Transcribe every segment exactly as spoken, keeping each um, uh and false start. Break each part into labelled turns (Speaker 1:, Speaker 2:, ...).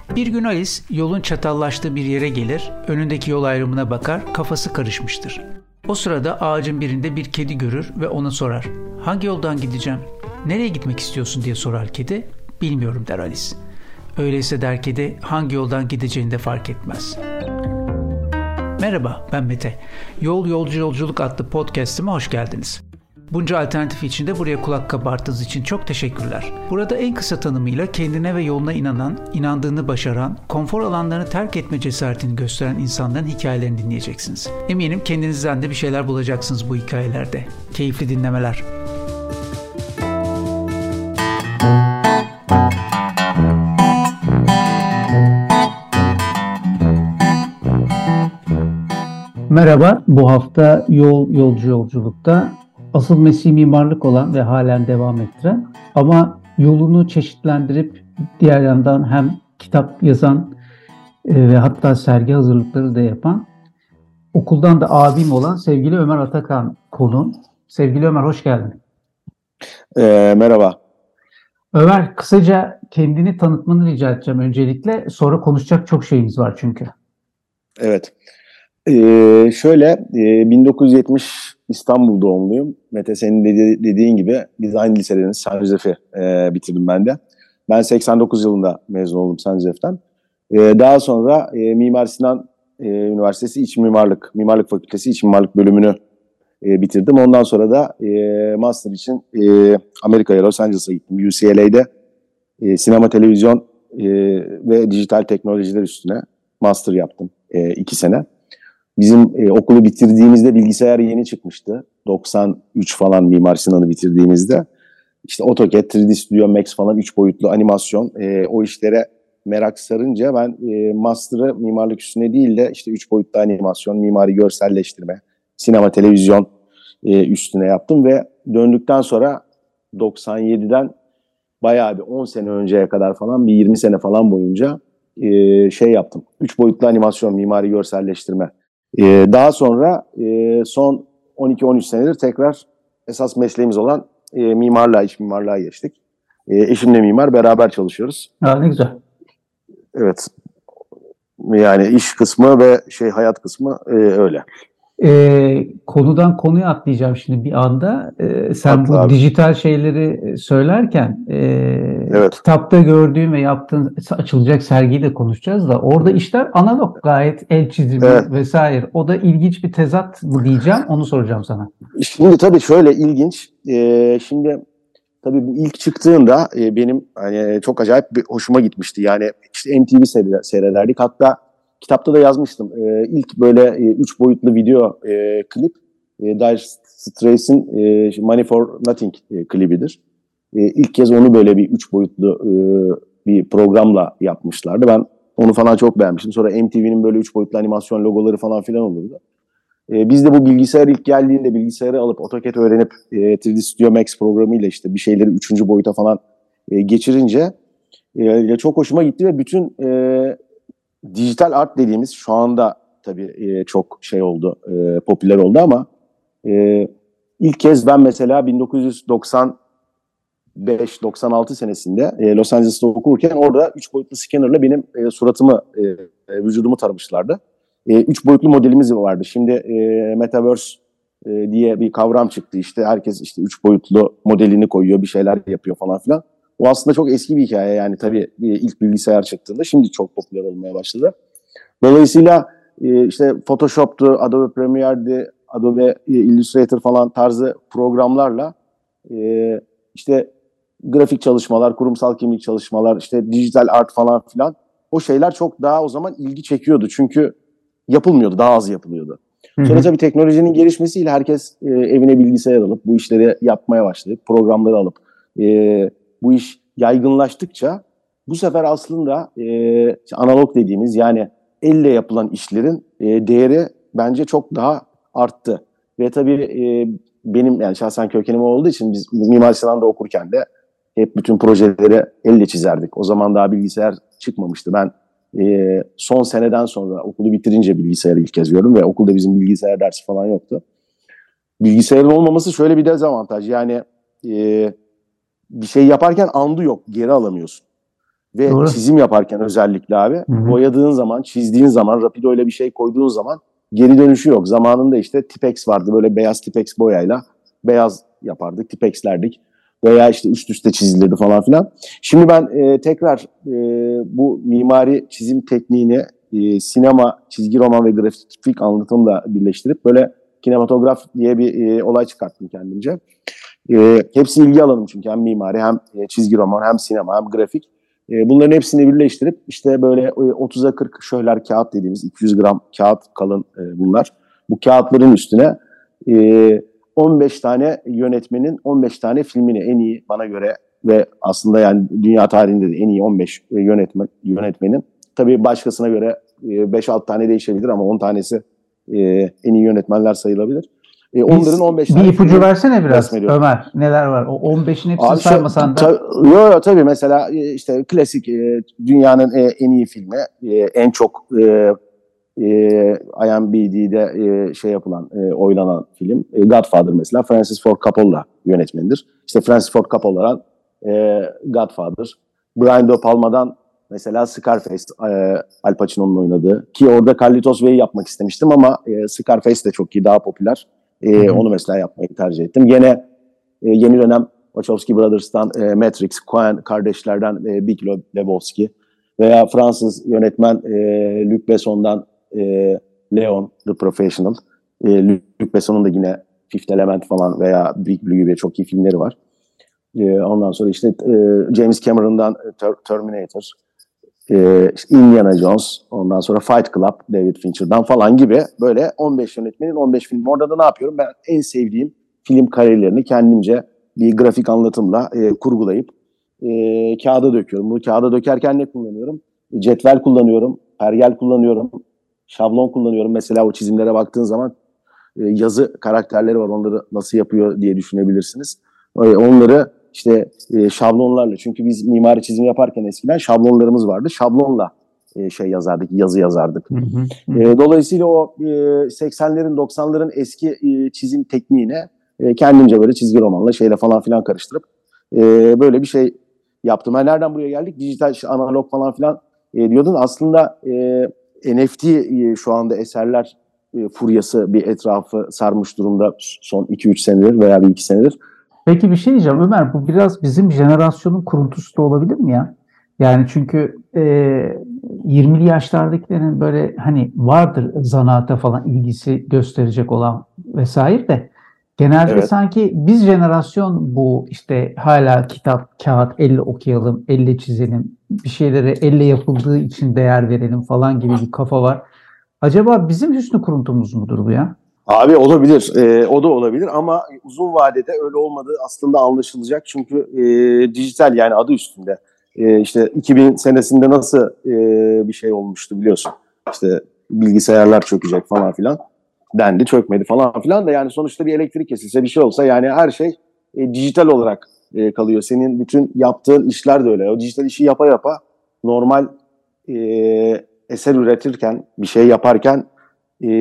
Speaker 1: Bir gün Alice yolun çatallaştığı bir yere gelir, önündeki yol ayrımına bakar, kafası karışmıştır. O sırada ağacın birinde bir kedi görür ve ona sorar. Hangi yoldan gideceğim? Nereye gitmek istiyorsun diye sorar kedi. Bilmiyorum der Alice. Öyleyse der kedi, hangi yoldan gideceğini de fark etmez. Merhaba, ben Mete. Yol Yolcu Yolculuk adlı podcast'ime hoş geldiniz. Bunca alternatif içinde buraya kulak kabarttığınız için çok teşekkürler. Burada en kısa tanımıyla kendine ve yoluna inanan, inandığını başaran, konfor alanlarını terk etme cesaretini gösteren insanların hikayelerini dinleyeceksiniz. Eminim kendinizden de bir şeyler bulacaksınız bu hikayelerde. Keyifli dinlemeler. Merhaba, bu hafta Yol Yolcu Yolculuk'ta asıl mesleği mimarlık olan ve halen devam ettiren ama yolunu çeşitlendirip diğer yandan hem kitap yazan e, ve hatta sergi hazırlıkları da yapan, okuldan da abim olan sevgili Ömer Atakan konuğum. Sevgili Ömer, hoş geldin.
Speaker 2: E, merhaba.
Speaker 1: Ömer, kısaca kendini tanıtmanı rica edeceğim öncelikle. Sonra konuşacak çok şeyimiz var çünkü.
Speaker 2: Evet. Ee, şöyle, e, bin dokuz yüz yetmiş İstanbul doğumluyum. Mete senin dedi, dediğin gibi Dizayn Liselerinin Saint Joseph'i e, bitirdim ben de. Ben seksen dokuz yılında mezun oldum Saint Joseph'ten. E, daha sonra e, Mimar Sinan e, Üniversitesi İç Mimarlık, Mimarlık Fakültesi İç Mimarlık bölümünü e, bitirdim. Ondan sonra da e, master için e, Amerika'ya, Los Angeles'a gittim. U C L A'de e, sinema, televizyon e, ve dijital teknolojiler üstüne master yaptım e, iki sene. Bizim e, okulu bitirdiğimizde bilgisayar yeni çıkmıştı. doksan üç falan Mimar Sinan'ı bitirdiğimizde. İşte AutoCAD, üç D Studio Max falan üç boyutlu animasyon e, o işlere merak sarınca ben e, master'ı mimarlık üstüne değil de işte üç boyutlu animasyon, mimari görselleştirme, sinema, televizyon e, üstüne yaptım ve döndükten sonra doksan yediden bayağı bir on sene önceye kadar falan bir yirmi sene falan boyunca e, şey yaptım. üç boyutlu animasyon, mimari görselleştirme. Ee, daha sonra e, son on iki on üç senedir tekrar esas mesleğimiz olan e, mimarlığa, iç mimarlığa geçtik. E, eşimle mimar, beraber çalışıyoruz.
Speaker 1: Aa, ne güzel.
Speaker 2: Evet. Yani iş kısmı ve şey hayat kısmı e, öyle.
Speaker 1: Ee, konudan konuya atlayacağım şimdi bir anda. Ee, sen
Speaker 2: Atla
Speaker 1: bu
Speaker 2: abi.
Speaker 1: dijital şeyleri söylerken e,
Speaker 2: Evet.
Speaker 1: kitapta gördüğün ve yaptığın açılacak sergiyi de konuşacağız da orada işler analog, gayet el çizimi
Speaker 2: Evet.
Speaker 1: vesaire. O da ilginç bir tezat mı diyeceğim, onu soracağım sana.
Speaker 2: Şimdi tabii şöyle ilginç. E, şimdi tabii bu ilk çıktığında e, benim hani çok acayip bir hoşuma gitmişti. Yani işte M T V seyrederdik. Hatta kitapta da yazmıştım. Ee, ilk böyle e, üç boyutlu video e, klip e, Dire Straits'in e, Money for Nothing e, klibidir. E, ilk kez onu böyle bir üç boyutlu e, bir programla yapmışlardı. Ben onu falan çok beğenmiştim. Sonra M T V'nin böyle üç boyutlu animasyon logoları falan filan olurdu. E, biz de bu bilgisayar ilk geldiğinde bilgisayarı alıp AutoCAD öğrenip e, üç D Studio Max programıyla işte bir şeyleri üçüncü boyuta falan e, geçirince e, çok hoşuma gitti ve bütün e, dijital art dediğimiz şu anda tabii e, çok şey oldu, e, popüler oldu ama e, ilk kez ben mesela bin dokuz yüz doksan beş doksan altı senesinde e, Los Angeles'ta okurken orada üç boyutlu scanner'la benim e, suratımı, e, e, vücudumu taramışlardı. E, üç boyutlu modelimiz vardı. Şimdi e, Metaverse e, diye bir kavram çıktı işte. Herkes işte üç boyutlu modelini koyuyor, bir şeyler yapıyor falan filan. O aslında çok eski bir hikaye yani tabii ilk bilgisayar çıktığında şimdi çok popüler olmaya başladı. Dolayısıyla e, işte Photoshop'tu, Adobe Premiere'di, Adobe Illustrator falan tarzı programlarla e, işte grafik çalışmalar, kurumsal kimlik çalışmalar, işte dijital art falan filan o şeyler çok daha o zaman ilgi çekiyordu. Çünkü yapılmıyordu, daha az yapılıyordu. Hı hı. Sonra tabii teknolojinin gelişmesiyle herkes e, evine bilgisayar alıp bu işleri yapmaya başladı. Programları alıp e, bu iş yaygınlaştıkça bu sefer aslında e, analog dediğimiz yani elle yapılan işlerin e, değeri bence çok daha arttı. Ve tabii e, benim yani şahsen kökenim olduğu için biz Mimar Sinan'da okurken de hep bütün projeleri elle çizerdik. O zaman daha bilgisayar çıkmamıştı. Ben e, son seneden sonra okulu bitirince bilgisayarı ilk kez gördüm ve okulda bizim bilgisayar dersi falan yoktu. Bilgisayarın olmaması şöyle bir dezavantaj. Yani e, bir şey yaparken andu yok, geri alamıyorsun. Ve
Speaker 1: Doğru.
Speaker 2: çizim yaparken özellikle abi,
Speaker 1: Hı-hı.
Speaker 2: boyadığın zaman, çizdiğin zaman, Rapido ile bir şey koyduğun zaman geri dönüşü yok. Zamanında işte Tipex vardı, böyle beyaz Tipex boyayla beyaz yapardık, Tipex'lerdik. Veya işte üst üste çizilirdi falan filan. Şimdi ben e, tekrar e, bu mimari çizim tekniğini e, sinema, çizgi roman ve grafik anlatımla birleştirip böyle kinematograf diye bir e, olay çıkarttım kendimce. E, hepsi ilgi alanım çünkü hem mimari hem e, çizgi roman hem sinema hem grafik. E, bunların hepsini birleştirip işte böyle e, otuza kırk şöhler kağıt dediğimiz iki yüz gram kağıt kalın e, bunlar. Bu kağıtların üstüne e, on beş tane yönetmenin on beş tane filmini en iyi bana göre ve aslında yani dünya tarihinde de en iyi on beş yönetmen, yönetmenin, tabii başkasına göre beş altı tane değişebilir ama on tanesi en iyi yönetmenler sayılabilir. E, onların on beş
Speaker 1: bir
Speaker 2: tane
Speaker 1: ipucu versene biraz
Speaker 2: resmediyor.
Speaker 1: Ömer. Neler var? O on beşin hepsini
Speaker 2: Abi
Speaker 1: saymasan da.
Speaker 2: Ta, yo, yo, tabii mesela işte klasik e, dünyanın e, en iyi filmi, e, en çok e, e, I M D B'de e, şey yapılan, e, oylanan film. E, Godfather mesela Francis Ford Coppola yönetmenidir. İşte Francis Ford Coppola'dan e, Godfather. Brian De Palma'dan mesela Scarface, e, Al Pacino'nun oynadığı. Ki orada Carlitos Way'i yapmak istemiştim ama e, Scarface de çok iyi, daha popüler. E, onu mesela yapmayı tercih ettim. Gene e, yeni dönem Wachowski Brothers'tan e, Matrix, Coen kardeşlerden e, Big Lebowski veya Fransız yönetmen e, Luc Besson'dan e, Leon, The Professional. E, Luc Besson'un da yine Fifth Element falan veya Big Blue gibi çok iyi filmleri var. E, ondan sonra işte e, James Cameron'dan Ter- Terminator, e, işte Indiana Jones, ondan sonra Fight Club, David Fincher'dan falan gibi böyle on beş yönetmenin on beş film. Orada da ne yapıyorum? Ben en sevdiğim film karelerini kendimce bir grafik anlatımla e, kurgulayıp e, kağıda döküyorum. Bu kağıda dökerken ne kullanıyorum? E, cetvel kullanıyorum, pergel kullanıyorum, şablon kullanıyorum. Mesela o çizimlere baktığın zaman e, yazı karakterleri var. Onları nasıl yapıyor diye düşünebilirsiniz. E, onları işte e, şablonlarla, çünkü biz mimari çizim yaparken eskiden şablonlarımız vardı. Şablonla e, şey yazardık, yazı yazardık. Hı hı, hı. E, dolayısıyla o e, seksenlerin doksanların eski e, çizim tekniğine e, kendimce böyle çizgi romanla şeyle falan filan karıştırıp e, böyle bir şey yaptım. Yani nereden buraya geldik? Dijital, analog falan filan e, diyordun. Aslında e, N F T e, şu anda eserler e, furyası bir etrafı sarmış durumda son iki üç senedir veya bir iki senedir.
Speaker 1: Peki bir şey diyeceğim Ömer, bu biraz bizim jenerasyonun kuruntusu da olabilir mi ya? Yani çünkü e, yirmili yaşlardakilerin böyle hani vardır zanaata falan ilgisi gösterecek olan vesaire de genelde
Speaker 2: Evet.
Speaker 1: sanki biz jenerasyon bu işte hala kitap, kağıt, elle okuyalım, elle çizelim, bir şeylere elle yapıldığı için değer verelim falan gibi bir kafa var. Acaba bizim hüsnü kuruntumuz mudur bu ya?
Speaker 2: Abi olabilir, e, o da olabilir ama uzun vadede öyle olmadığı aslında anlaşılacak. Çünkü e, dijital, yani adı üstünde. E, işte iki bin senesinde nasıl e, bir şey olmuştu biliyorsun. İşte bilgisayarlar çökecek falan filan dendi, çökmedi falan filan da, yani sonuçta bir elektrik kesilse, bir şey olsa, yani her şey e, dijital olarak e, kalıyor. Senin bütün yaptığın işler de öyle. O dijital işi yapa yapa normal e, eser üretirken, bir şey yaparken e,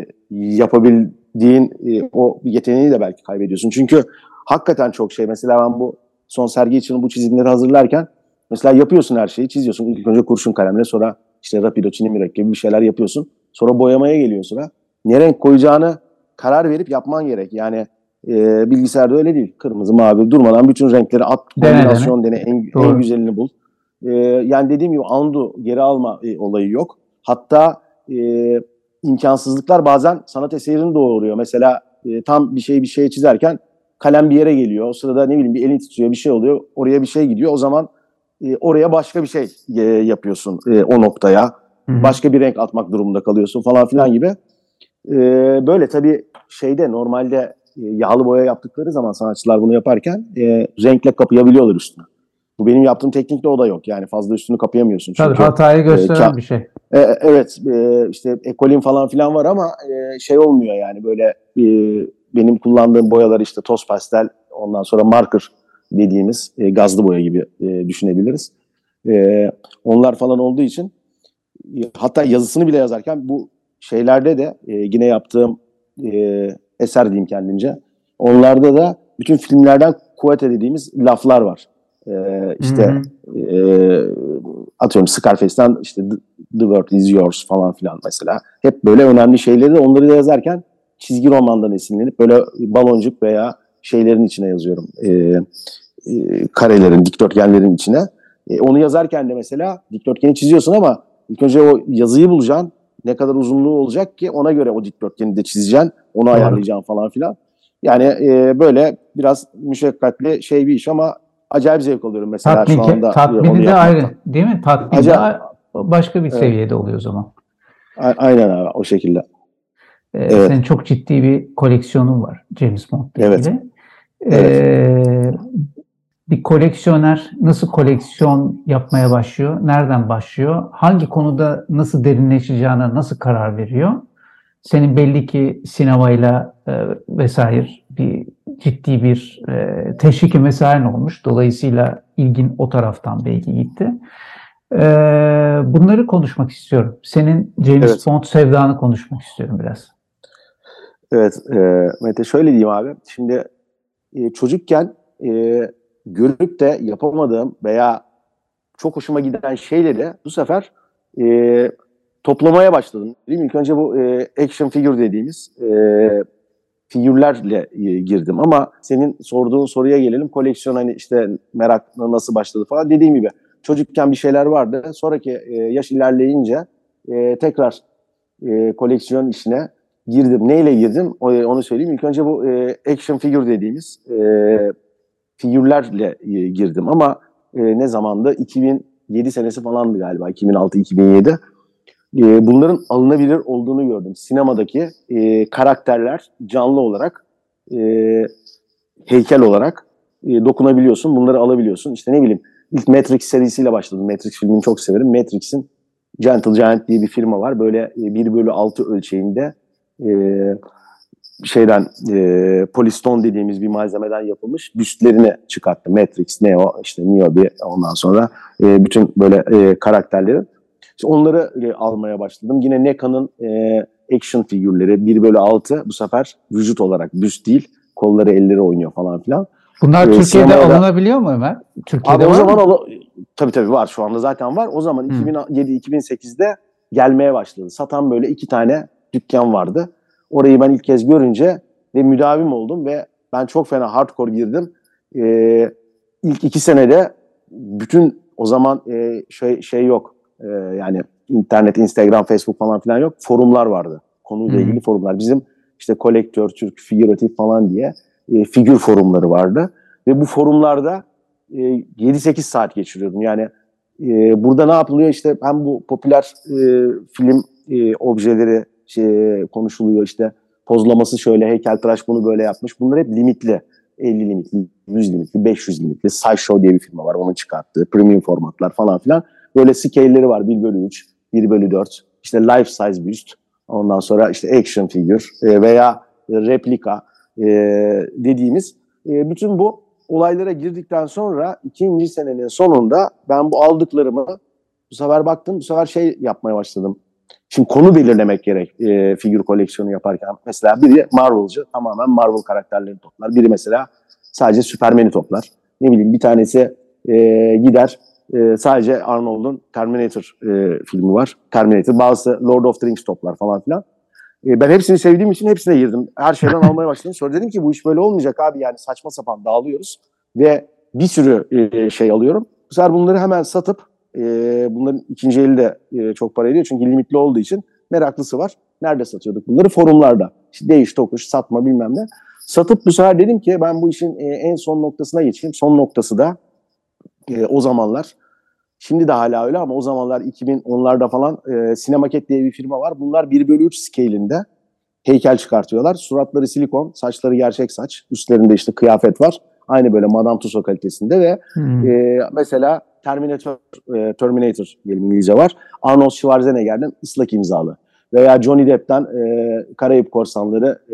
Speaker 2: yapabildiğin e, o yeteneği de belki kaybediyorsun. Çünkü hakikaten çok şey. Mesela ben bu son sergi için bu çizimleri hazırlarken mesela yapıyorsun, her şeyi çiziyorsun. İlk önce kurşun kalemle, sonra işte Rapido, Çinimirak gibi bir şeyler yapıyorsun. Sonra boyamaya geliyor sıra. Ne renk koyacağını karar verip yapman gerek. Yani e, bilgisayarda öyle değil. Kırmızı, mavi, durmadan bütün renkleri at, kombinasyon dene, en, en güzelini bul. E, yani dediğim gibi undo, geri alma e, olayı yok. Hatta e, imkansızlıklar bazen sanat eserini doğuruyor. Mesela e, tam bir şey bir şey çizerken kalem bir yere geliyor. O sırada ne bileyim bir elin titriyor, bir şey oluyor. Oraya bir şey gidiyor. O zaman e, oraya başka bir şey e, yapıyorsun e, o noktaya. Hı-hı. Başka bir renk atmak durumunda kalıyorsun falan filan gibi. E, böyle tabii şeyde normalde e, yağlı boya yaptıkları zaman sanatçılar bunu yaparken e, renkle kapayabiliyorlar üstünü. Bu benim yaptığım teknikte o da yok. Yani fazla üstünü kapayamıyorsun. Çünkü
Speaker 1: tabii hatayı gösteren e, ka- bir şey.
Speaker 2: E, evet e, işte ekolin falan filan var ama e, şey olmuyor yani, böyle e, benim kullandığım boyalar işte toz pastel, ondan sonra marker dediğimiz e, gazlı boya gibi e, düşünebiliriz. E, onlar falan olduğu için e, hatta yazısını bile yazarken bu şeylerde de e, yine yaptığım e, eser diyeyim kendince. Onlarda da bütün filmlerden kuvvet dediğimiz laflar var. E, işte e, atıyorum Scarface'den işte The, The World Is Yours falan filan mesela. Hep böyle önemli şeyleri de onları da yazarken çizgi romandan esinlenip böyle baloncuk veya şeylerin içine yazıyorum. E, e, karelerin, dikdörtgenlerin içine. E, onu yazarken de mesela dikdörtgeni çiziyorsun ama ilk önce o yazıyı bulacaksın. Ne kadar uzunluğu olacak ki ona göre o dikdörtgeni de çizeceksin. Onu
Speaker 1: Doğru.
Speaker 2: ayarlayacaksın falan filan. Yani e, böyle biraz müşakkatli şey bir iş ama acayip zevk alıyorum mesela
Speaker 1: Tatmin,
Speaker 2: şu anda
Speaker 1: tatmini
Speaker 2: onu
Speaker 1: de
Speaker 2: yapmaktan.
Speaker 1: ayrı, değil mi? Tatmin de
Speaker 2: Acayip,
Speaker 1: a- başka bir
Speaker 2: evet,
Speaker 1: seviyede oluyor o zaman.
Speaker 2: a- aynen abi o şekilde.
Speaker 1: Ee, senin
Speaker 2: Evet,
Speaker 1: çok ciddi bir koleksiyonun var James Bond'la
Speaker 2: evet,
Speaker 1: ilgili.
Speaker 2: evet.
Speaker 1: Ee, bir koleksiyoner nasıl koleksiyon yapmaya başlıyor? Nereden başlıyor? Hangi konuda nasıl derinleşeceğine nasıl karar veriyor? Senin belli ki sinemayla e, vesaire bir ciddi bir e, teşviki mesaiin olmuş. Dolayısıyla ilgin o taraftan belki gitti. E, bunları konuşmak istiyorum. Senin James
Speaker 2: Evet.
Speaker 1: Bond sevdanı konuşmak istiyorum biraz.
Speaker 2: Evet, e, Mete şöyle diyeyim abi. Şimdi e, çocukken e, görüp de yapamadığım veya çok hoşuma giden şeyleri bu sefer e, toplamaya başladım. Değil mi? İlk önce bu e, action figure dediğimiz e, figürlerle e, girdim. Ama senin sorduğun soruya gelelim. Koleksiyon hani işte merakla nasıl başladı falan. Dediğim gibi çocukken bir şeyler vardı. Sonraki e, yaş ilerleyince e, tekrar e, koleksiyon işine girdim. Neyle girdim? O, onu söyleyeyim. İlk önce bu e, action figure dediğimiz e, figürlerle e, girdim. Ama e, ne zamandı? iki bin yedi senesi falandı galiba. iki bin altı iki bin yedi. E, bunların alınabilir olduğunu gördüm. Sinemadaki e, karakterler canlı olarak, e, heykel olarak e, dokunabiliyorsun. Bunları alabiliyorsun. İşte ne bileyim ilk Matrix serisiyle başladım. Matrix filmini çok severim. Matrix'in Gentle Giant diye bir firma var. Böyle e, bir bölü altı ölçeğinde e, şeyden e, Polystone dediğimiz bir malzemeden yapılmış büstlerini çıkarttı. Matrix, Neo, işte Niobe ondan sonra e, bütün böyle e, karakterleri. İşte onları e, almaya başladım. Yine N E C A'nın e, action figürleri bir bölü altı bu sefer vücut olarak büst değil. Kolları elleri oynuyor falan filan.
Speaker 1: Bunlar
Speaker 2: E,
Speaker 1: Türkiye'de
Speaker 2: sinemaya da
Speaker 1: alınabiliyor mu Ömer?
Speaker 2: abi
Speaker 1: Türkiye'de
Speaker 2: o
Speaker 1: var
Speaker 2: zaman
Speaker 1: mı?
Speaker 2: al- tabii tabii var şu anda zaten var. O zaman
Speaker 1: Hı.
Speaker 2: iki bin yedi iki bin sekizde gelmeye başladı. Satan böyle iki tane dükkan vardı. Orayı ben ilk kez görünce ve müdavim oldum ve ben çok fena hardcore girdim. Ee, ilk iki senede bütün o zaman e, şey şey yok. Ee, yani internet, Instagram, Facebook falan filan yok. Forumlar vardı. Konuyla
Speaker 1: Hı.
Speaker 2: ilgili forumlar. Bizim işte Kolektör, Türk, Figüratif falan diye e, figür forumları vardı. Ve bu forumlarda e, yedi sekiz saat geçiriyordum. Yani e, burada ne yapılıyor işte hem bu popüler e, film e, objeleri şey, konuşuluyor işte pozlaması şöyle heykeltıraş bunu böyle yapmış. Bunlar hep limitli. elli limitli, yüz limitli, beş yüz limitli. Sideshow diye bir firma var onun çıkarttığı. Premium formatlar falan filan. Böyle scale'leri var bir bölü üç, bir bölü dört. İşte life size büst. Ondan sonra işte action figure e, veya replika e, dediğimiz e, bütün bu olaylara girdikten sonra ikinci senenin sonunda ben bu aldıklarımı bu sefer baktım bu sefer şey yapmaya başladım. Şimdi konu belirlemek gerek e, figür koleksiyonu yaparken. Mesela biri Marvel'cı tamamen Marvel karakterlerini toplar. Biri mesela sadece Superman'i toplar. Ne bileyim bir tanesi e, gider e, sadece Arnold'un Terminator e, filmi var. Terminator. Bazısı Lord of the Rings toplar falan filan. E, ben hepsini sevdiğim için hepsine girdim. Her şeyden almaya başladım. Sonra dedim ki bu iş böyle olmayacak abi yani saçma sapan dağılıyoruz. Ve bir sürü e, şey alıyorum. Bu sefer bunları hemen satıp e, bunların ikinci eli de e, çok para ediyor. Çünkü limitli olduğu için meraklısı var. Nerede satıyorduk bunları? Forumlarda. İşte değiş tokuş, satma bilmem ne. Satıp bu sefer dedim ki ben bu işin e, en son noktasına geçeyim. Son noktası da e, o zamanlar. Şimdi de hala öyle ama o zamanlar iki bin onlarda falan e, Cinemaket diye bir firma var. Bunlar bir bölü üç scale'inde heykel çıkartıyorlar. Suratları silikon, saçları gerçek saç. Üstlerinde işte kıyafet var. Aynı böyle Madame Tussauds kalitesinde ve
Speaker 1: Hı.
Speaker 2: e, mesela Terminator, e, Terminator diyelim İngilizce var. Arnold Schwarzenegger'den ıslak imzalı. Veya Johnny Depp'ten e, Karayip Korsanları e,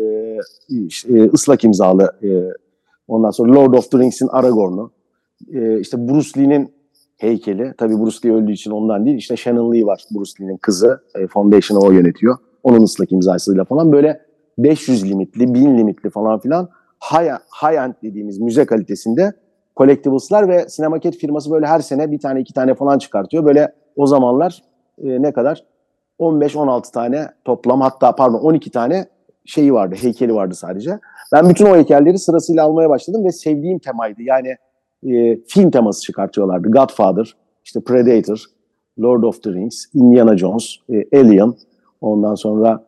Speaker 2: e, ıslak imzalı. E, ondan sonra Lord of the Rings'in Aragorn'u. E, işte Bruce Lee'nin heykeli. Tabii Bruce Lee öldüğü için ondan değil. İşte Shannon Lee var Bruce Lee'nin kızı. E, Foundation'ı o yönetiyor. Onun ıslak imzasıyla falan böyle beş yüz limitli, bin limitli falan filan high, high end dediğimiz müze kalitesinde collectibles'lar ve Cinemaket firması böyle her sene bir tane iki tane falan çıkartıyor. Böyle o zamanlar e, ne kadar? on beş on altı tane toplam, hatta pardon on iki tane şeyi vardı, heykeli vardı sadece. Ben bütün o heykelleri sırasıyla almaya başladım ve sevdiğim temaydı. Yani e, film teması çıkartıyorlardı. Godfather, işte Predator, Lord of the Rings, Indiana Jones, e, Alien, ondan sonra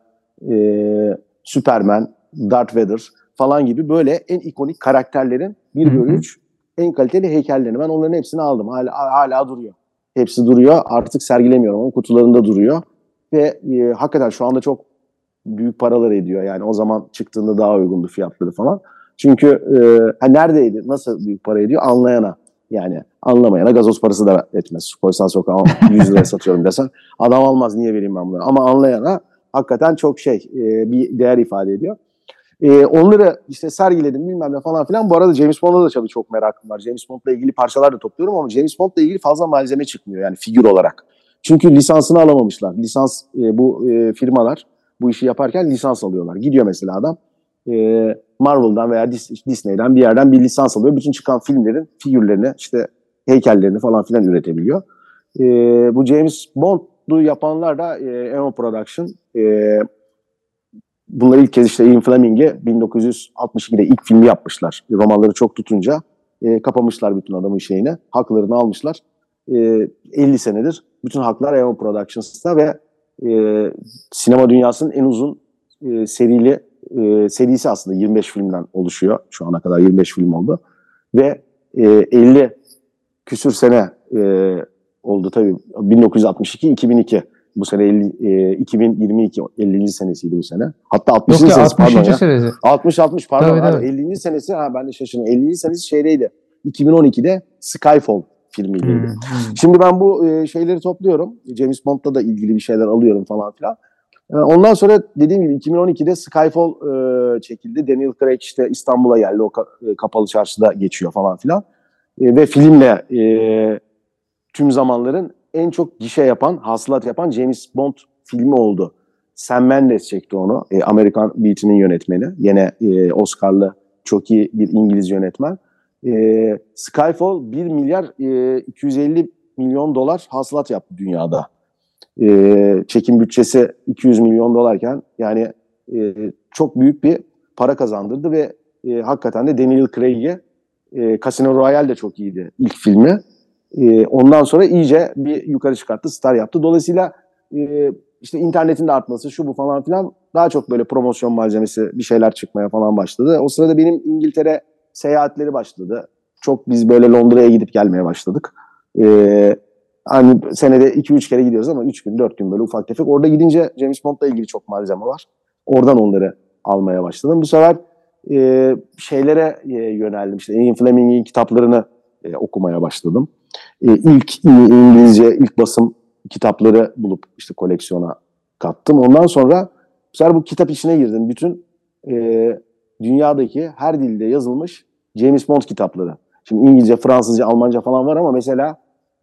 Speaker 2: e, Superman, Darth Vader falan gibi böyle en ikonik karakterlerin bir bölü üç en kaliteli heykellerini. Ben onların hepsini aldım. Hala, hala duruyor. Hepsi duruyor. Artık sergilemiyorum ama kutularında duruyor. Ve e, hakikaten şu anda çok büyük paralar ediyor. Yani o zaman çıktığında daha uygundu fiyatları falan. Çünkü e, ha neredeydi? Nasıl büyük para ediyor? Anlayana. Yani anlamayana gazoz parası da etmez. Koysan sokağa yüz liraya satıyorum desen adam almaz, niye vereyim ben bunu? Ama anlayana hakikaten çok şey e, bir değer ifade ediyor. E, onları işte sergiledim bilmem ne falan filan. Bu arada James Bond'a da tabii çok merakım var. James Bond'la ilgili parçalar da topluyorum ama James Bond'la ilgili fazla malzeme çıkmıyor yani figür olarak. Çünkü lisansını alamamışlar. Lisans e, bu e, firmalar bu işi yaparken lisans alıyorlar. Gidiyor mesela adam e, Marvel'dan veya Disney'den bir yerden bir lisans alıyor. Bütün çıkan filmlerin figürlerini, işte heykellerini falan filan üretebiliyor. E, bu James Bond'u yapanlar da e, Eon Production. E, bunlar ilk kez işte Ian Fleming'e bin dokuz yüz altmış ikide ilk filmi yapmışlar. Romanları çok tutunca e, kapamışlar bütün adamın şeyini. Haklarını almışlar. E, elli senedir bütün haklar Eon Productions'ta ve e, sinema dünyasının en uzun e, serili e, serisi aslında yirmi beş filmden oluşuyor. Şu ana kadar yirmi beş film oldu. Ve e, elli küsür sene e, oldu tabii. bin dokuz yüz altmış iki iki bin iki. Bu sene elli, e, iki bin yirmi iki ellinci senesiydi bu sene. Hatta altmışıncı
Speaker 1: Yok ya,
Speaker 2: senesi pardon ya.
Speaker 1: senesi.
Speaker 2: altmış altmış pardon.
Speaker 1: Tabii,
Speaker 2: Abi,
Speaker 1: tabii.
Speaker 2: ellinci senesi ha ben de şaşırdım. ellinci senesi şeydeydi. iki bin on ikide Skyfall filmiyleydi.
Speaker 1: Hmm, hmm.
Speaker 2: Şimdi ben bu e, şeyleri topluyorum. James Bond'la da ilgili bir şeyler alıyorum falan filan. E, ondan sonra dediğim gibi iki bin on ikide Skyfall e, çekildi. Daniel Craig işte İstanbul'a geldi. O ka- e, kapalı çarşıda geçiyor falan filan. E, ve filmle e, tüm zamanların en çok gişe yapan, hasılat yapan James Bond filmi oldu. Sam Mendes çekti onu. E, American Beauty'nin yönetmeni. Yine e, Oscar'lı çok iyi bir İngiliz yönetmen. E, Skyfall bir milyar e, iki yüz elli milyon dolar hasılat yaptı dünyada. E, çekim bütçesi iki yüz milyon dolarken yani e, çok büyük bir para kazandırdı ve e, hakikaten de Daniel Craig'e e, Casino Royale de çok iyiydi ilk filmi. E, ondan sonra iyice bir yukarı çıkarttı, star yaptı. Dolayısıyla e, işte internetin de artması, şu bu falan filan daha çok böyle promosyon malzemesi bir şeyler çıkmaya falan başladı. O sırada benim İngiltere seyahatleri başladı. Çok biz böyle Londra'ya gidip gelmeye başladık. E, hani senede iki üç kere gidiyoruz ama üç gün dört gün böyle ufak tefek. Orada gidince James Bond'la ilgili çok malzeme var. Oradan onları almaya başladım. Bu sefer e, şeylere e, yöneldim. İşte Ian Fleming'in kitaplarını e, okumaya başladım. E, ilk İngilizce ilk basım kitapları bulup işte koleksiyona kattım. Ondan sonra bu sefer bu kitap işine girdim. Bütün e, dünyadaki her dilde yazılmış James Bond kitapları. Şimdi İngilizce, Fransızca, Almanca falan var ama mesela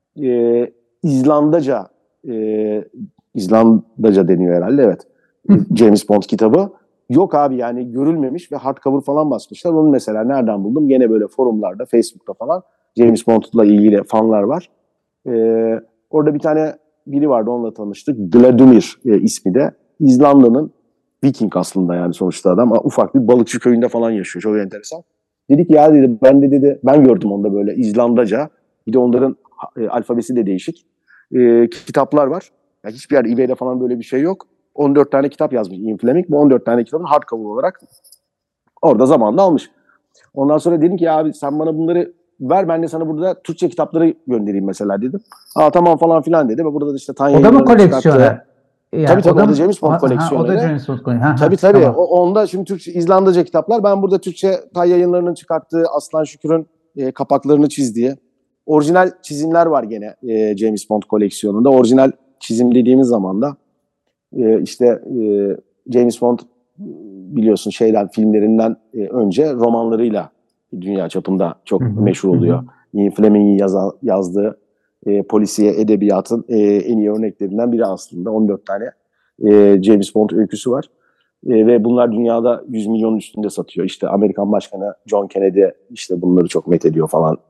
Speaker 2: e, İzlandaca e, İzlandaca deniyor herhalde, evet. E, James Bond kitabı yok abi, yani görülmemiş ve hardcover falan basmışlar. Onu mesela nereden buldum? Gene böyle forumlarda, Facebook'ta falan James Bond'la ilgili fanlar var. Ee, orada bir tane biri vardı, onunla tanıştık. Vladimir e, ismi de. İzlanda'nın Viking aslında yani sonuçta adam. Ufak bir balıkçı köyünde falan yaşıyor. Çok enteresan. Dedik ya dedi, ben de dedi, ben gördüm onda böyle İzlandaca. Bir de onların e, alfabesi de değişik. E, kitaplar var. Yani hiçbir yer eBay'de falan böyle bir şey yok. on dört tane kitap yazmış Ian Fleming. Bu on dört tane kitabın hardcover olarak orada zamanında almış. Ondan sonra dedim ki ya abi sen bana bunları ver, ben de sana burada Türkçe kitapları göndereyim mesela dedim. Aa tamam falan filan dedi. Ve burada da işte Tanya
Speaker 1: O da mı
Speaker 2: Yayınları'nın çıkarttığı...
Speaker 1: koleksiyoner? Yani
Speaker 2: Tabii tabii
Speaker 1: o da
Speaker 2: o da
Speaker 1: mı?
Speaker 2: James Bond
Speaker 1: Ha, ha, o da
Speaker 2: koleksiyoneri.
Speaker 1: James Bond koleksiyoneri. Ha,
Speaker 2: Tabii
Speaker 1: ha,
Speaker 2: tabii.
Speaker 1: tamam.
Speaker 2: O, onda şimdi Türkçe, İzlandaca kitaplar. Ben burada Türkçe Tay Yayınları'nın çıkarttığı Aslan Şükür'ün e, kapaklarını çizdiği orijinal çizimler var gene e, James Bond koleksiyonunda. Orijinal çizim dediğimiz zaman da e, işte e, James Bond biliyorsun şeyden filmlerinden e, önce romanlarıyla dünya çapında çok
Speaker 1: Hı hı,
Speaker 2: meşhur
Speaker 1: hı hı.
Speaker 2: oluyor. Ian Fleming'in yaza, yazdığı e, polisiye edebiyatın e, en iyi örneklerinden biri aslında. on dört tane e, James Bond öyküsü var. E, ve bunlar dünyada yüz milyonun üstünde satıyor. İşte Amerikan Başkanı John Kennedy işte bunları çok methediyor falan.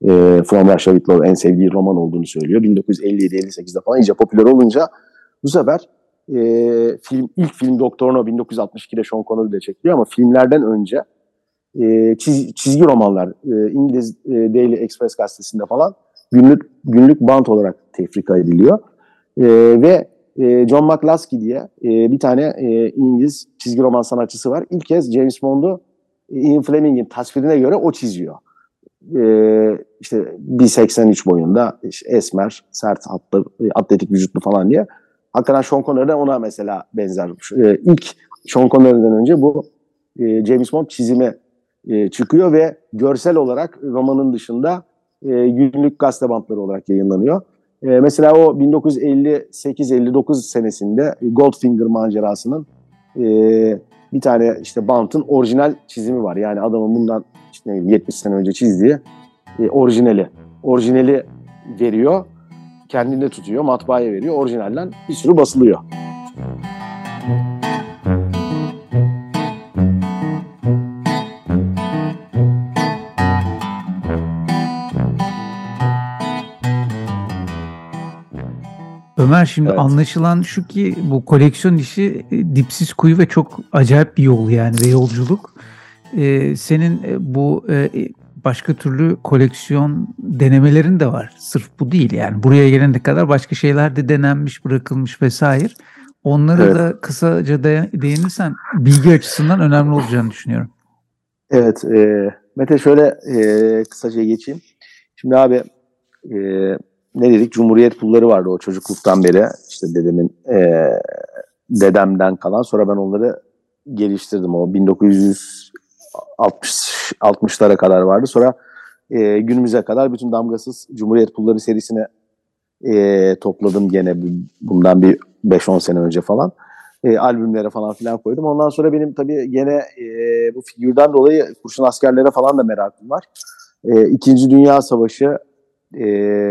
Speaker 2: E, From Russia with Love en sevdiği roman olduğunu söylüyor. bin dokuz yüz elli yedi elli sekizde falan iyice popüler olunca bu sefer e, film ilk film Doktor No bin dokuz yüz altmış ikide Sean Connery ile çekiliyor ama filmlerden önce e, çiz, çizgi romanlar e, İngiliz e, Daily Express gazetesinde falan günlük günlük bant olarak tefrika ediliyor. E, ve e, John McCluskey diye e, bir tane e, İngiliz çizgi roman sanatçısı var. İlk kez James Bond'u e, Ian Fleming'in tasvirine göre o çiziyor. E, işte bir seksen üç boyunda işte esmer, sert hatlı, atletik vücutlu falan diye. Hakikaten Sean Connery'den ona mesela benzer. E, ilk Sean Connery'den önce bu e, James Bond çizimi e, çıkıyor ve görsel olarak romanın dışında e, günlük gazete bantları olarak yayınlanıyor. E, mesela o bin dokuz yüz elli sekiz elli dokuz senesinde Goldfinger macerasının e, bir tane işte bantın orijinal çizimi var. Yani adamın bundan işte yetmiş sene önce çizdiği e, orijinali. Orijinali veriyor. Kendinde tutuyor. Matbaaya veriyor. Orijinalden bir sürü basılıyor.
Speaker 1: Ömer, şimdi
Speaker 2: Evet.
Speaker 1: anlaşılan şu ki bu koleksiyon işi e, dipsiz kuyu ve çok acayip bir yol yani ve yolculuk. Ee, senin e, bu e, başka türlü koleksiyon denemelerin de var. Sırf bu değil yani. Buraya gelene kadar başka şeyler de denenmiş, bırakılmış vesaire. Onları
Speaker 2: Evet.
Speaker 1: da kısaca de, değinirsen bilgi açısından önemli olacağını düşünüyorum.
Speaker 2: Evet. E, Mete şöyle e, kısaca geçeyim. Şimdi abi e, ne dedik? Cumhuriyet pulları vardı o çocukluktan beri. İşte dedemin e, dedemden kalan. Sonra ben onları geliştirdim. O bin dokuz yüz altmış altmışlara kadar vardı. Sonra e, günümüze kadar bütün damgasız Cumhuriyet pulları serisini e, topladım gene bundan bir beş on sene önce falan. E, albümlere falan filan koydum. Ondan sonra benim tabii gene e, bu figürden dolayı kurşun askerlere falan da merakım var. E, İkinci Dünya Savaşı e,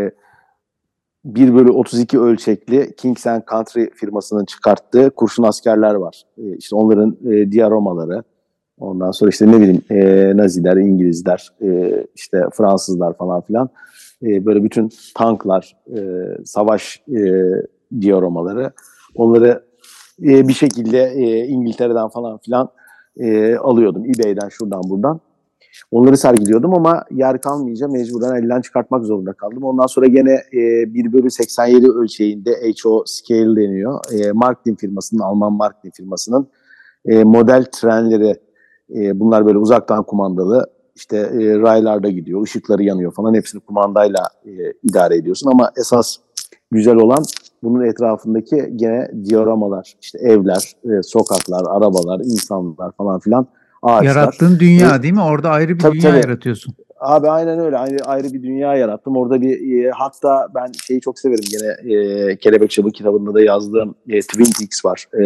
Speaker 2: bir bölü otuz iki ölçekli Kings and Country firmasının çıkarttığı kurşun askerler var. E, işte onların e, dioramaları, ondan sonra işte ne bileyim e, Naziler, İngilizler, e, işte Fransızlar falan filan. E, böyle bütün tanklar, e, savaş e, dioramaları. Onları e, bir şekilde e, İngiltere'den falan filan e, alıyordum. eBay'den şuradan buradan. Onları sergiliyordum ama yer kalmayınca mecburen elden çıkartmak zorunda kaldım. Ondan sonra gene e, bir bölü seksen yedi ölçeğinde H O Scale deniyor. E, Marklin firmasının, Alman Marklin firmasının e, model trenleri. E, bunlar böyle uzaktan kumandalı. İşte e, raylarda gidiyor, ışıkları yanıyor falan. Hepsini kumandayla e, idare ediyorsun. Ama esas güzel olan bunun etrafındaki gene dioramalar. İşte evler, e, sokaklar, arabalar, insanlar falan filan. Ağaçlar.
Speaker 1: Yarattığın dünya değil mi? Orada ayrı bir
Speaker 2: tabii,
Speaker 1: dünya
Speaker 2: tabii.
Speaker 1: yaratıyorsun.
Speaker 2: Abi aynen öyle. Ayrı, ayrı bir dünya yarattım. Orada bir e, hatta ben şeyi çok severim gene e, Kelebek Çabuk kitabında da yazdığım e, Twin Peaks var. E,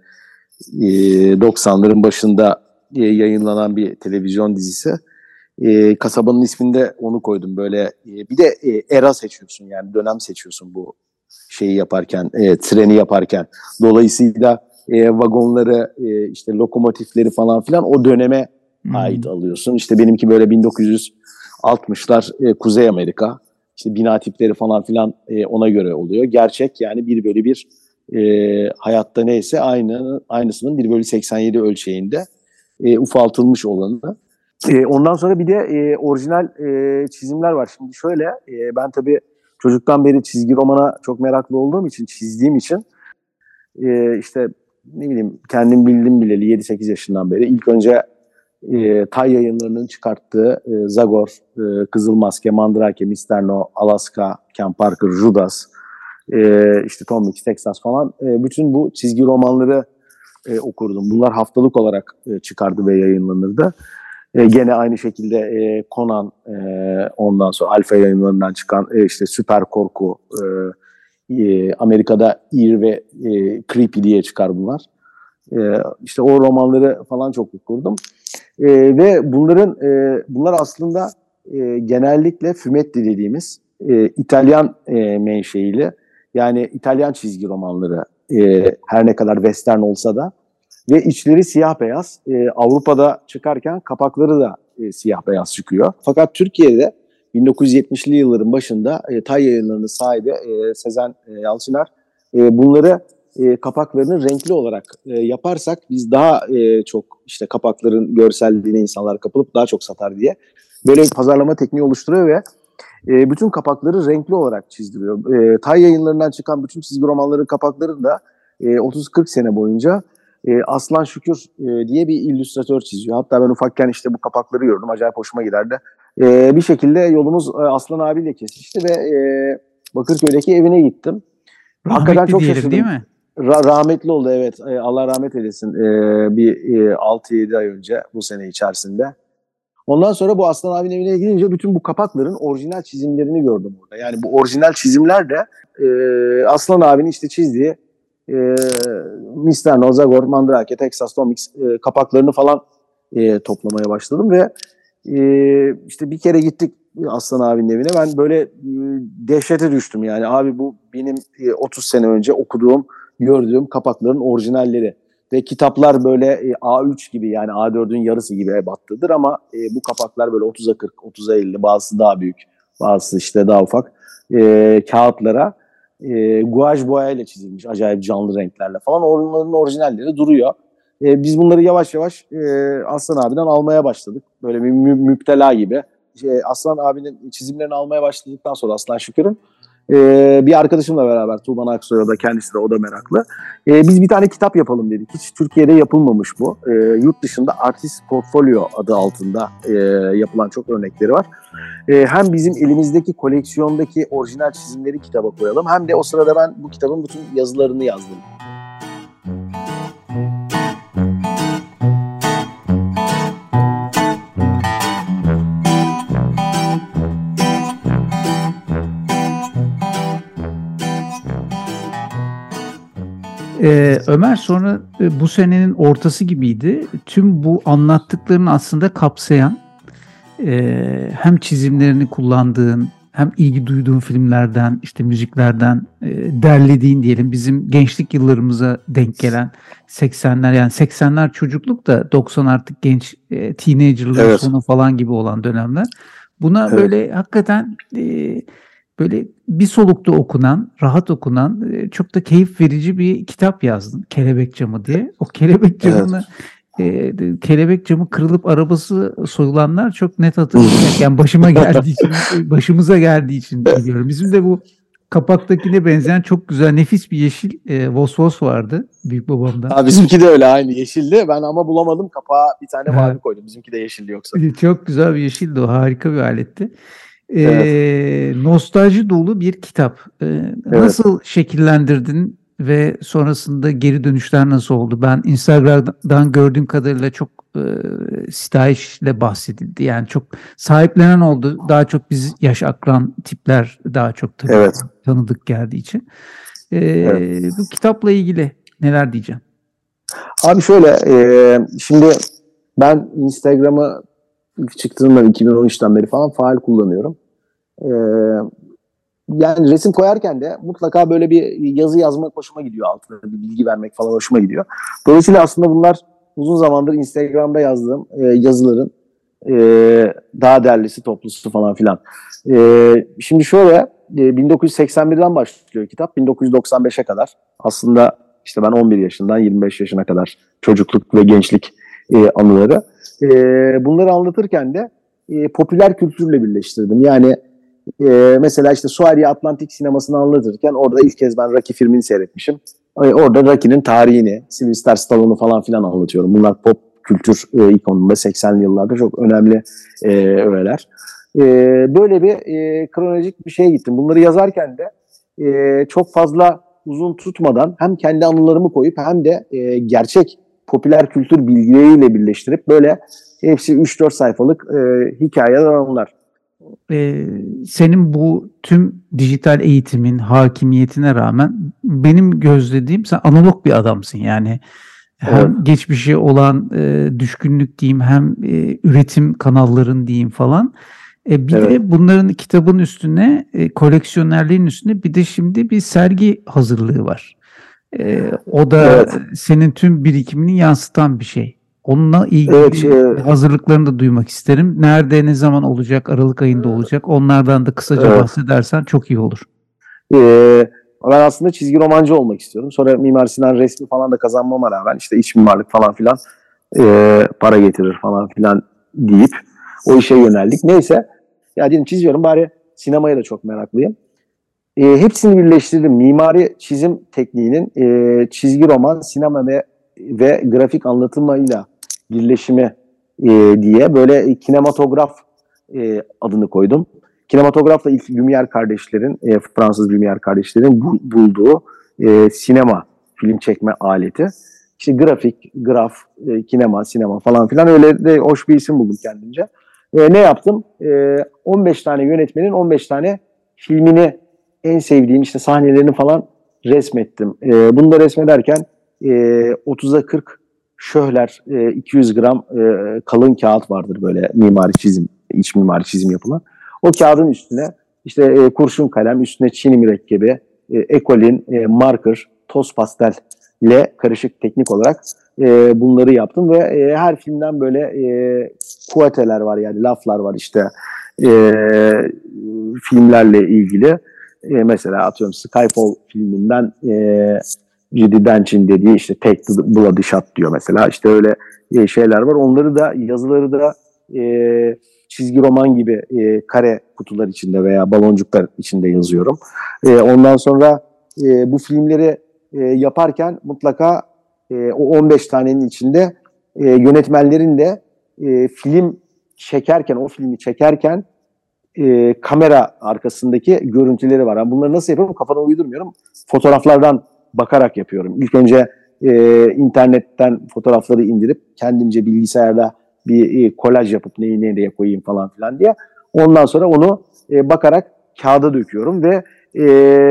Speaker 2: e, doksanların başında e, yayınlanan bir televizyon dizisi. E, kasabanın isminde onu koydum. Böyle e, bir de e, era seçiyorsun yani dönem seçiyorsun bu şeyi yaparken, e, treni yaparken. Dolayısıyla e, vagonları, e, işte lokomotifleri falan filan o döneme hmm. ait alıyorsun. İşte benimki böyle bin dokuz yüz altmışlar e, Kuzey Amerika. İşte bina tipleri falan filan e, ona göre oluyor. Gerçek yani bir bölü bir e, hayatta neyse aynı aynısının bir bölü seksen yedi ölçeğinde e, ufaltılmış olanı. E, ondan sonra bir de e, orijinal e, çizimler var. Şimdi şöyle e, ben tabii çocuktan beri çizgi romana çok meraklı olduğum için, çizdiğim için e, işte ne bileyim kendim bildim bileli yedi sekiz yaşından beri ilk önce e, Tay Yayınları'nın çıkarttığı e, Zagor, e, Kızıl Maske, Mandrake, mister No, Alaska, Ken Parker, Judas, e, işte Tom Mix, Texas falan e, bütün bu çizgi romanları e, okurdum. Bunlar haftalık olarak e, çıkardı ve yayınlanırdı. E, gene aynı şekilde e, Conan, e, ondan sonra Alfa Yayınları'ndan çıkan e, işte Süper Korku, e, e, Amerika'da Ear ve e, Creepy diye çıkar bunlar. E, işte o romanları falan çok okurdum. E, ve bunların e, bunlar aslında e, genellikle fumetti dediğimiz e, İtalyan e, menşeili yani İtalyan çizgi romanları e, her ne kadar western olsa da ve içleri siyah beyaz. E, Avrupa'da çıkarken kapakları da e, siyah beyaz çıkıyor. Fakat Türkiye'de bin dokuz yüz yetmişli yılların başında e, Tay Yayınları'nın sahibi e, Sezen e, Yalçıner e, bunları e, kapaklarını renkli olarak e, yaparsak biz daha e, çok işte kapakların görselliğine insanlar kapılıp daha çok satar diye böyle bir pazarlama tekniği oluşturuyor ve e, bütün kapakları renkli olarak çizdiriyor. E, Tay Yayınları'ndan çıkan bütün çizgi romanların kapaklarını da e, otuz kırk sene boyunca e, Aslan Şükür e, diye bir illüstratör çiziyor. Hatta ben ufakken işte bu kapakları gördüm. Acayip hoşuma giderdi. E, bir şekilde yolumuz e, Aslan abiyle kesişti ve e, Bakırköy'deki evine gittim.
Speaker 1: Rahmetli
Speaker 2: Hakikaten çok
Speaker 1: diyelim
Speaker 2: şaşırdım.
Speaker 1: değil mi?
Speaker 2: Ra- rahmetli oldu, evet. E, Allah rahmet eylesin. E, bir e, altı yedi ay önce bu sene içerisinde. Ondan sonra bu Aslan abinin evine gidince bütün bu kapakların orijinal çizimlerini gördüm orada. Yani bu orijinal çizimler de e, Aslan abinin işte çizdiği e, mister No, Zagor, Mandrake, Texas Tomix e, kapaklarını falan e, toplamaya başladım ve e, işte bir kere gittik Aslan abinin evine. Ben böyle e, dehşete düştüm yani. Abi bu benim e, otuz sene önce okuduğum, gördüğüm kapakların orijinalleri. Ve kitaplar böyle e, A üç gibi, yani A dördün yarısı gibi ebatlıdır ama e, bu kapaklar böyle otuza kırk, otuza elli, bazısı daha büyük, bazısı işte daha ufak e, kağıtlara e, guaj boyayla çizilmiş acayip canlı renklerle falan, onların orijinalleri duruyor. E, biz bunları yavaş yavaş e, Aslan abiden almaya başladık. Böyle bir mü- müptela gibi. Şey, Aslan abinin çizimlerini almaya başladıktan sonra Aslan Şükür'ün Ee, bir arkadaşımla beraber, Tuğban Aksoy'a da, kendisi de, o da meraklı. Ee, biz bir tane kitap yapalım dedik. Hiç Türkiye'de yapılmamış bu. Ee, yurt dışında Artist Portfolio adı altında e, yapılan çok örnekleri var. Ee, hem bizim elimizdeki koleksiyondaki orijinal çizimleri kitaba koyalım, hem de o sırada ben bu kitabın bütün yazılarını yazdım.
Speaker 1: Ee, Ömer, sonra e, bu senenin ortası gibiydi. Tüm bu anlattıklarını aslında kapsayan, e, hem çizimlerini kullandığın, hem ilgi duyduğun filmlerden, işte müziklerden e, derlediğin, diyelim bizim gençlik yıllarımıza denk gelen seksenler, yani seksenler çocukluk da doksan artık genç, e, teenager'lığın
Speaker 2: Evet.
Speaker 1: sonu falan gibi olan dönemler. Buna
Speaker 2: Evet.
Speaker 1: böyle hakikaten e, böyle bir solukta okunan, rahat okunan, e, çok da keyif verici bir kitap yazdın. Kelebek Camı diye. O kelebek camını, e, kelebek camı kırılıp arabası soyulanlar çok net hatırlayacak. Yani başıma geldiği için, başımıza geldiği için biliyorum. Bizim de bu kapaktakine benzeyen çok güzel, nefis bir yeşil e, Vosvos vardı büyük babamdan.
Speaker 2: Ha, bizimki de öyle, aynı yeşildi. Ben ama bulamadım. Kapağa bir tane mavi koydum. Bizimki de yeşildi yoksa.
Speaker 1: Çok güzel bir yeşildi o. Harika bir aletti. Ee,
Speaker 2: Evet.
Speaker 1: Nostalji dolu bir kitap. Ee, nasıl şekillendirdin ve sonrasında geri dönüşler nasıl oldu? Ben Instagram'dan gördüğüm kadarıyla çok e, sitayişle bahsedildi. Yani çok sahiplenen oldu. Daha çok biz yaş akran tipler daha çok tabii
Speaker 2: Evet.
Speaker 1: tanıdık geldiği için. Ee,
Speaker 2: Evet.
Speaker 1: Bu kitapla ilgili neler diyeceğim?
Speaker 2: Abi şöyle, e, şimdi ben Instagram'ı ilk çıktığından iki bin on üçten beri falan faal kullanıyorum. E, yani resim koyarken de mutlaka böyle bir yazı yazmak hoşuma gidiyor, altına bir bilgi vermek falan hoşuma gidiyor. Dolayısıyla aslında bunlar uzun zamandır Instagram'da yazdığım e, yazıların e, daha derlisi, toplusu falan filan. E, şimdi şöyle, e, bin dokuz yüz seksen birden başlıyor kitap, bin dokuz yüz doksan beşe kadar. Aslında işte ben on bir yaşından yirmi beş yaşına kadar çocukluk ve gençlik e, anıları. E, bunları anlatırken de e, popüler kültürle birleştirdim. Yani e, mesela işte Suadiye Atlantik sinemasını anlatırken orada ilk kez ben Rocky filmini seyretmişim. E, orada Rocky'nin tarihini, Sylvester Stallone'u falan filan anlatıyorum. Bunlar pop kültür e, ikonunda seksenli yıllarda çok önemli e, öğeler. E, böyle bir e, kronolojik bir şeye gittim. Bunları yazarken de e, çok fazla uzun tutmadan hem kendi anılarımı koyup hem de e, gerçek popüler kültür bilgileriyle birleştirip böyle hepsi üç dört sayfalık e, hikayeler, anılar.
Speaker 1: Ee, senin bu tüm dijital eğitimin hakimiyetine rağmen benim gözlediğim, sen analog bir adamsın yani. Hem
Speaker 2: Evet.
Speaker 1: geçmişe olan e, düşkünlük diyeyim, hem e, üretim kanalların diyeyim falan. E, bir
Speaker 2: Evet.
Speaker 1: de bunların, kitabın üstüne, e, koleksiyonerliğin üstüne bir de şimdi bir sergi hazırlığı var. E, o da
Speaker 2: Evet.
Speaker 1: senin tüm birikimini yansıtan bir şey. Onunla ilgili
Speaker 2: Evet, e,
Speaker 1: hazırlıklarını da duymak isterim. Nerede, ne zaman olacak? Aralık ayında olacak. Onlardan da kısaca
Speaker 2: evet.
Speaker 1: bahsedersen çok iyi olur.
Speaker 2: Ee, Ben aslında çizgi romancı olmak istiyorum. Sonra Mimar Sinan resmi falan da kazanmama rağmen işte iç mimarlık falan filan e, para getirir falan filan deyip o işe yöneldik. Neyse, ya dedim çiziyorum, bari sinemaya da çok meraklıyım. E, hepsini birleştirdim. Mimari çizim tekniğinin e, çizgi roman, sinema ve ve grafik anlatımıyla birleşimi e, diye böyle kinematograf e, adını koydum. Kinematografla ilk Lumière kardeşlerin, e, Fransız Lumière kardeşlerin bu, bulduğu e, sinema film çekme aleti. İşte grafik, graf, e, kinema, sinema falan filan, öyle de hoş bir isim buldum kendimce. E, ne yaptım? E, on beş tane yönetmenin on beş tane filmini, en sevdiğim işte sahnelerini falan resmettim. E, bunu da resmederken e, otuza kırk şöhler, e, iki yüz gram e, kalın kağıt vardır böyle mimari çizim, iç mimari çizim yapılan. O kağıdın üstüne işte e, kurşun kalem, üstüne çini mürekkebi, e, ekolin, e, marker, toz pastel ile karışık teknik olarak e, bunları yaptım ve e, her filmden böyle e, kuateler var, yani laflar var işte e, filmlerle ilgili. E, mesela atıyorum Skyfall filminden e, Judi Dench'in dediği işte Take the Bloody Shot diyor mesela. İşte öyle e, şeyler var. Onları da, yazıları da e, çizgi roman gibi e, kare kutular içinde veya baloncuklar içinde yazıyorum. E, ondan sonra e, bu filmleri e, yaparken mutlaka e, o on beş tanenin içinde e, yönetmenlerin de e, film çekerken, o filmi çekerken e, kamera arkasındaki görüntüleri var. Yani bunları nasıl yapıyorum? Kafadan uydurmuyorum. Fotoğraflardan bakarak yapıyorum. İlk önce e, internetten fotoğrafları indirip kendimce bilgisayarda bir e, kolaj yapıp neyi nereye koyayım falan filan diye. Ondan sonra onu e, bakarak kağıda döküyorum ve e,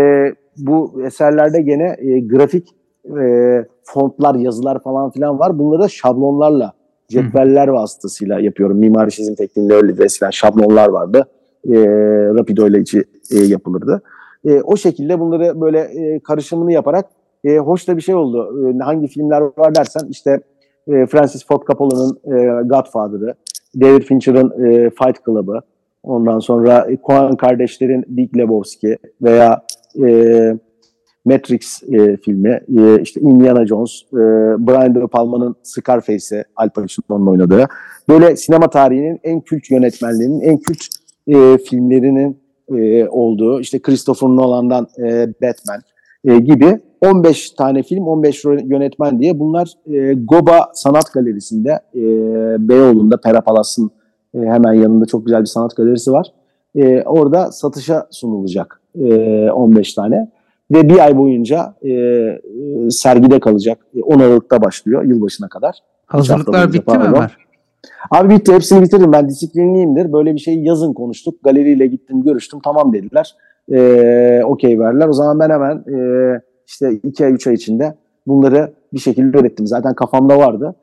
Speaker 2: bu eserlerde gene e, grafik e, fontlar, yazılar falan filan var. Bunları da şablonlarla, cetveller vasıtasıyla yapıyorum. Mimari çizim tekniğinde öyle de eskiden şablonlar vardı. E, Rapido ile içi e, yapılırdı. E, o şekilde bunları böyle e, karışımını yaparak e, hoş da bir şey oldu. E, hangi filmler var dersen işte e, Francis Ford Coppola'nın e, Godfather'ı, David Fincher'ın e, Fight Club'ı, ondan sonra e, Coen kardeşlerin Big Lebowski veya e, Matrix e, filmi, e, işte Indiana Jones, e, Brian De Palma'nın Scarface'i, Al Pacino'nun oynadığı, böyle sinema tarihinin en kült yönetmenlerinin, en kült e, filmlerinin e, olduğu, işte Christopher Nolan'dan e, Batman e, gibi on beş tane film, on beş yönetmen diye bunlar e, Goba Sanat Galerisi'nde, e, Beyoğlu'nda, Pera Palas'ın e, hemen yanında çok güzel bir sanat galerisi var. E, orada satışa sunulacak e, on beş tane. Ve bir ay boyunca e, e, sergide kalacak. E, on Aralık'ta başlıyor, yılbaşına kadar.
Speaker 1: Hazırlıklar bitti mi Ömer?
Speaker 2: Abi bitti, hepsini bitirdim. Ben disiplinliyimdir. Böyle bir şeyi yazın konuştuk. Galeriyle gittim, görüştüm. Tamam dediler. E, Okey verdiler. O zaman ben hemen e, işte iki ay, üç ay içinde bunları bir şekilde öğrettim. Zaten kafamda vardı.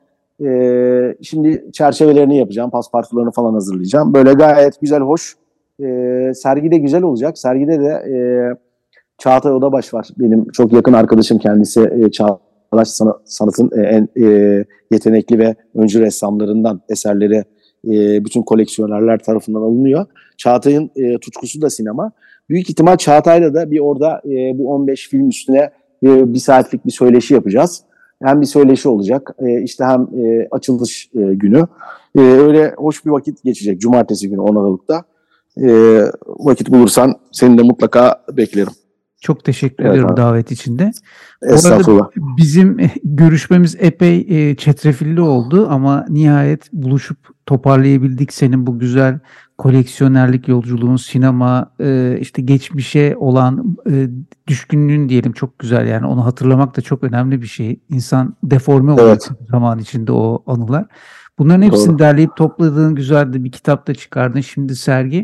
Speaker 2: E, şimdi çerçevelerini yapacağım. Paspartularını falan hazırlayacağım. Böyle gayet güzel, hoş. E, sergide güzel olacak. Sergide de e, Çağatay Odabaş var. Benim çok yakın arkadaşım kendisi. E, Çağdaş Sanat'ın e, en e, yetenekli ve öncü ressamlarından, eserleri e, bütün koleksiyonerler tarafından alınıyor. Çağatay'ın e, tutkusu da sinema. Büyük ihtimal Çağatay'la da bir orada e, bu on beş film üstüne e, bir saatlik bir söyleşi yapacağız. Hem bir söyleşi olacak, e, işte hem e, açılış e, günü. E, öyle hoş bir vakit geçecek. Cumartesi günü on Aralık'ta. E, vakit bulursan seni de mutlaka beklerim.
Speaker 1: Çok teşekkür
Speaker 2: Evet,
Speaker 1: ediyorum
Speaker 2: abi.
Speaker 1: davet için de.
Speaker 2: Estağfurullah.
Speaker 1: Bu arada bizim görüşmemiz epey e, çetrefilli oldu ama nihayet buluşup toparlayabildik. Senin bu güzel koleksiyonerlik yolculuğun, sinema, e, işte geçmişe olan e, düşkünlüğün diyelim çok güzel. Yani onu hatırlamak da çok önemli bir şey. İnsan deforme oluyor
Speaker 2: Evet.
Speaker 1: zaman içinde o anılar. Bunların hepsini
Speaker 2: Doğru.
Speaker 1: derleyip topladığın güzel de bir kitapta çıkardın. Şimdi sergi.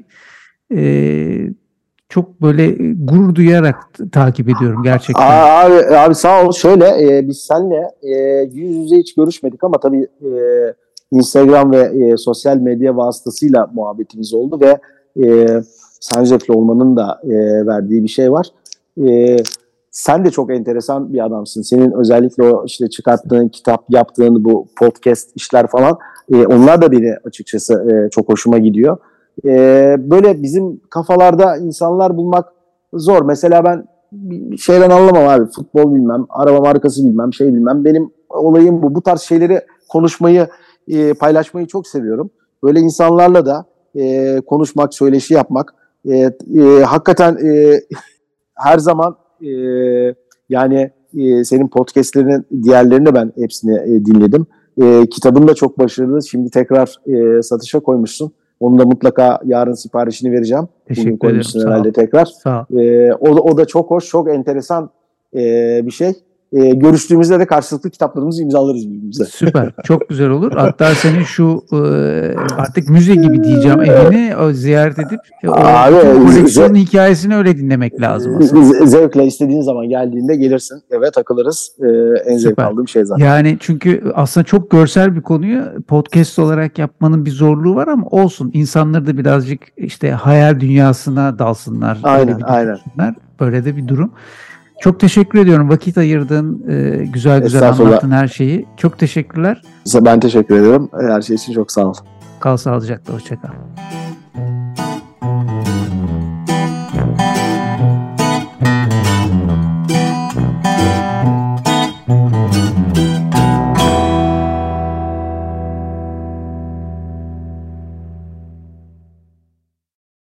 Speaker 1: E, Çok böyle e, gurur duyarak t- takip ediyorum gerçekten.
Speaker 2: Aa, Abi, abi sağ ol. Şöyle e, biz seninle e, yüz yüze hiç görüşmedik ama tabii e, Instagram ve e, sosyal medya vasıtasıyla muhabbetimiz oldu ve e, San Josef'li olmanın da e, verdiği bir şey var. E, sen de çok enteresan bir adamsın. Senin özellikle o işte çıkarttığın kitap, yaptığın bu podcast işler falan, e, onlar da beni açıkçası e, çok hoşuma gidiyor. E, böyle bizim kafalarda insanlar bulmak zor. Mesela ben bir şeyden anlamam abi. Futbol bilmem, araba markası bilmem, şey bilmem. Benim olayım bu. Bu tarz şeyleri konuşmayı, e, paylaşmayı çok seviyorum. Böyle insanlarla da e, konuşmak, söyleşi yapmak. E, e, hakikaten e, her zaman e, yani e, senin podcastlerinin diğerlerini ben hepsini e, dinledim. E, kitabın da çok başarılı. Şimdi tekrar e, satışa koymuşsun. Onu da mutlaka yarın siparişini vereceğim.
Speaker 1: Teşekkür ederim. Sağ
Speaker 2: herhalde
Speaker 1: ol.
Speaker 2: tekrar.
Speaker 1: Sağ ol.
Speaker 2: E, o, da, o da çok hoş, çok enteresan e, bir şey. E, görüştüğümüzde de karşılıklı kitaplarımızı imzalarız birbirimize.
Speaker 1: Süper. Çok güzel olur. Hatta senin şu e, artık müze gibi diyeceğim evini o ziyaret edip o
Speaker 2: Abi,
Speaker 1: koleksiyonun
Speaker 2: ze-
Speaker 1: hikayesini öyle dinlemek lazım aslında.
Speaker 2: Z- Zevkle istediğin zaman geldiğinde gelirsin. Evet, takılırız. E, en zevk
Speaker 1: Süper.
Speaker 2: aldığım şey zaten.
Speaker 1: Yani çünkü aslında çok görsel bir konuyu podcast olarak yapmanın bir zorluğu var ama olsun. İnsanları da birazcık işte hayal dünyasına dalsınlar.
Speaker 2: Aynen,
Speaker 1: öyle bir
Speaker 2: aynen.
Speaker 1: düşünsünler. Böyle de bir durum. Çok teşekkür ediyorum. Vakit ayırdın, e, güzel güzel
Speaker 2: Estağfurullah.
Speaker 1: anlattın her şeyi. Çok teşekkürler.
Speaker 2: Ben teşekkür ederim. Her şey için çok sağ ol.
Speaker 1: Kal sağlıcakla. Hoşça kal.